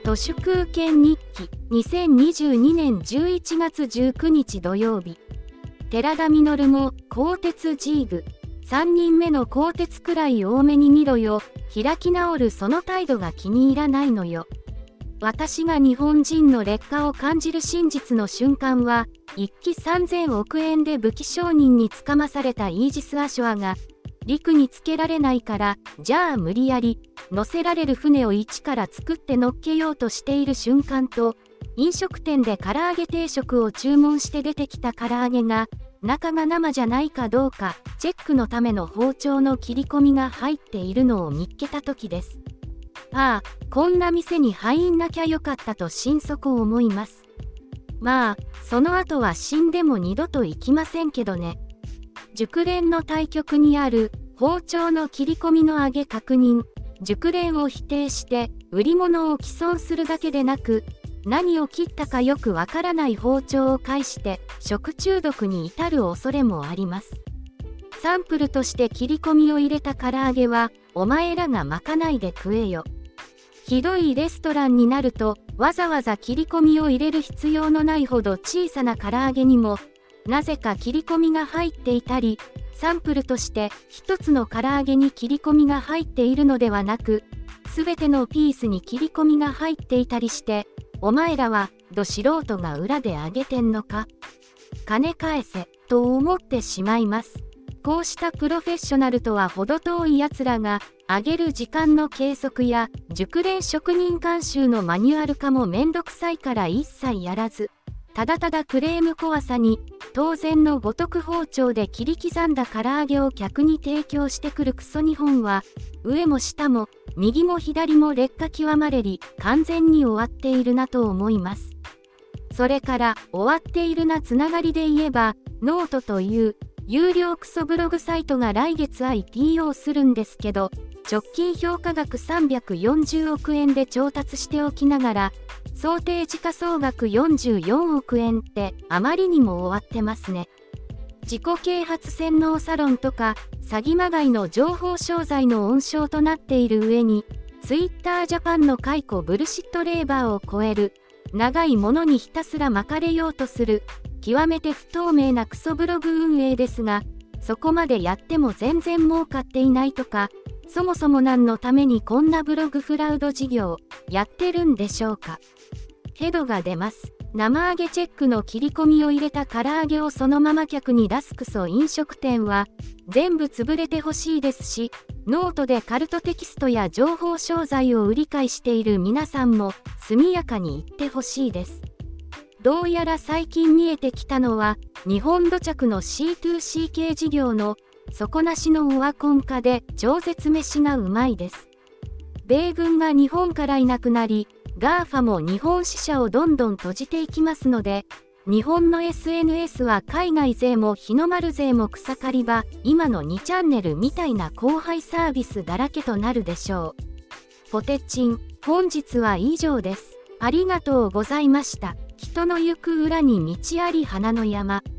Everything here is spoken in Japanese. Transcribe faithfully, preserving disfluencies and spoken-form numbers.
都市空権日記にせんにじゅうにねんじゅういちがつじゅうくにち土曜日。寺田稔も鋼鉄ジーグ。さんにんめの鋼鉄くらい多めに見ろよ。開き直るその態度が気に入らないのよ。私が日本人の劣化を感じる真実の瞬間は、いっきさんぜんおくえんで武器商人につかまされたイージス・アショアが、陸につけられないから、じゃあ無理やり、乗せられる船を一から作って乗っけようとしている瞬間と、飲食店で唐揚げ定食を注文して出てきた唐揚げが、中が生じゃないかどうか、チェックのための包丁の切り込みが入っているのを見っけた時です。ああ、こんな店に入んなきゃよかったと心底思います。まあ、その後は死んでも二度と行きませんけどね。熟練の対局にある包丁の切り込みの上げ確認。熟練を否定して売り物を毀損するだけでなく、何を切ったかよくわからない包丁を介して食中毒に至る恐れもあります。サンプルとして切り込みを入れた唐揚げは、お前らがまかないで食えよ。ひどいレストランになると、わざわざ切り込みを入れる必要のないほど小さな唐揚げにも、なぜか切り込みが入っていたり、サンプルとして一つの唐揚げに切り込みが入っているのではなく、すべてのピースに切り込みが入っていたりして、お前らはど素人が裏で揚げてんのか？金返せ、と思ってしまいます。こうしたプロフェッショナルとは程遠い奴らが、揚げる時間の計測や熟練職人監修のマニュアル化もめんどくさいから一切やらず、ただただクレーム怖さに、当然のごとく包丁で切り刻んだ唐揚げを客に提供してくるクソ日本は、上も下も、右も左も劣化極まれり、完全に終わっているなと思います。それから、終わっているなつながりで言えば、ノートという、有料クソブログサイトが来月 アイピーオー するんですけど、直近評価額さんびゃくよんじゅうおくえんで調達しておきながら、想定時価総額よんじゅうよんおくえんってあまりにも終わってますね。自己啓発洗脳サロンとか詐欺まがいの情報商材の温床となっている上に、Twitter Japan の解雇ブルシットレーバーを超える、長いものにひたすら巻かれようとする、極めて不透明なクソブログ運営ですが、そこまでやっても全然儲かっていないとか、そもそも何のためにこんなブログフラウド事業やってるんでしょうか。ヘドが出ます。生揚げチェックの切り込みを入れた唐揚げをそのまま客に出すクソ飲食店は全部潰れてほしいですし、ノートでカルトテキストや情報商材を売り買いしている皆さんも速やかに言ってほしいです。どうやら最近見えてきたのは、日本土着の シーツーシー 系事業の底なしのオワコン化で超絶飯がうまいです。米軍が日本からいなくなり、ガーファ も日本支社をどんどん閉じていきますので、日本の エスエヌエス は海外勢も日の丸勢も草刈り場、今のにチャンネルみたいな後輩サービスだらけとなるでしょう。ポテチン、本日は以上です。ありがとうございました。人の行く裏に道あり花の山。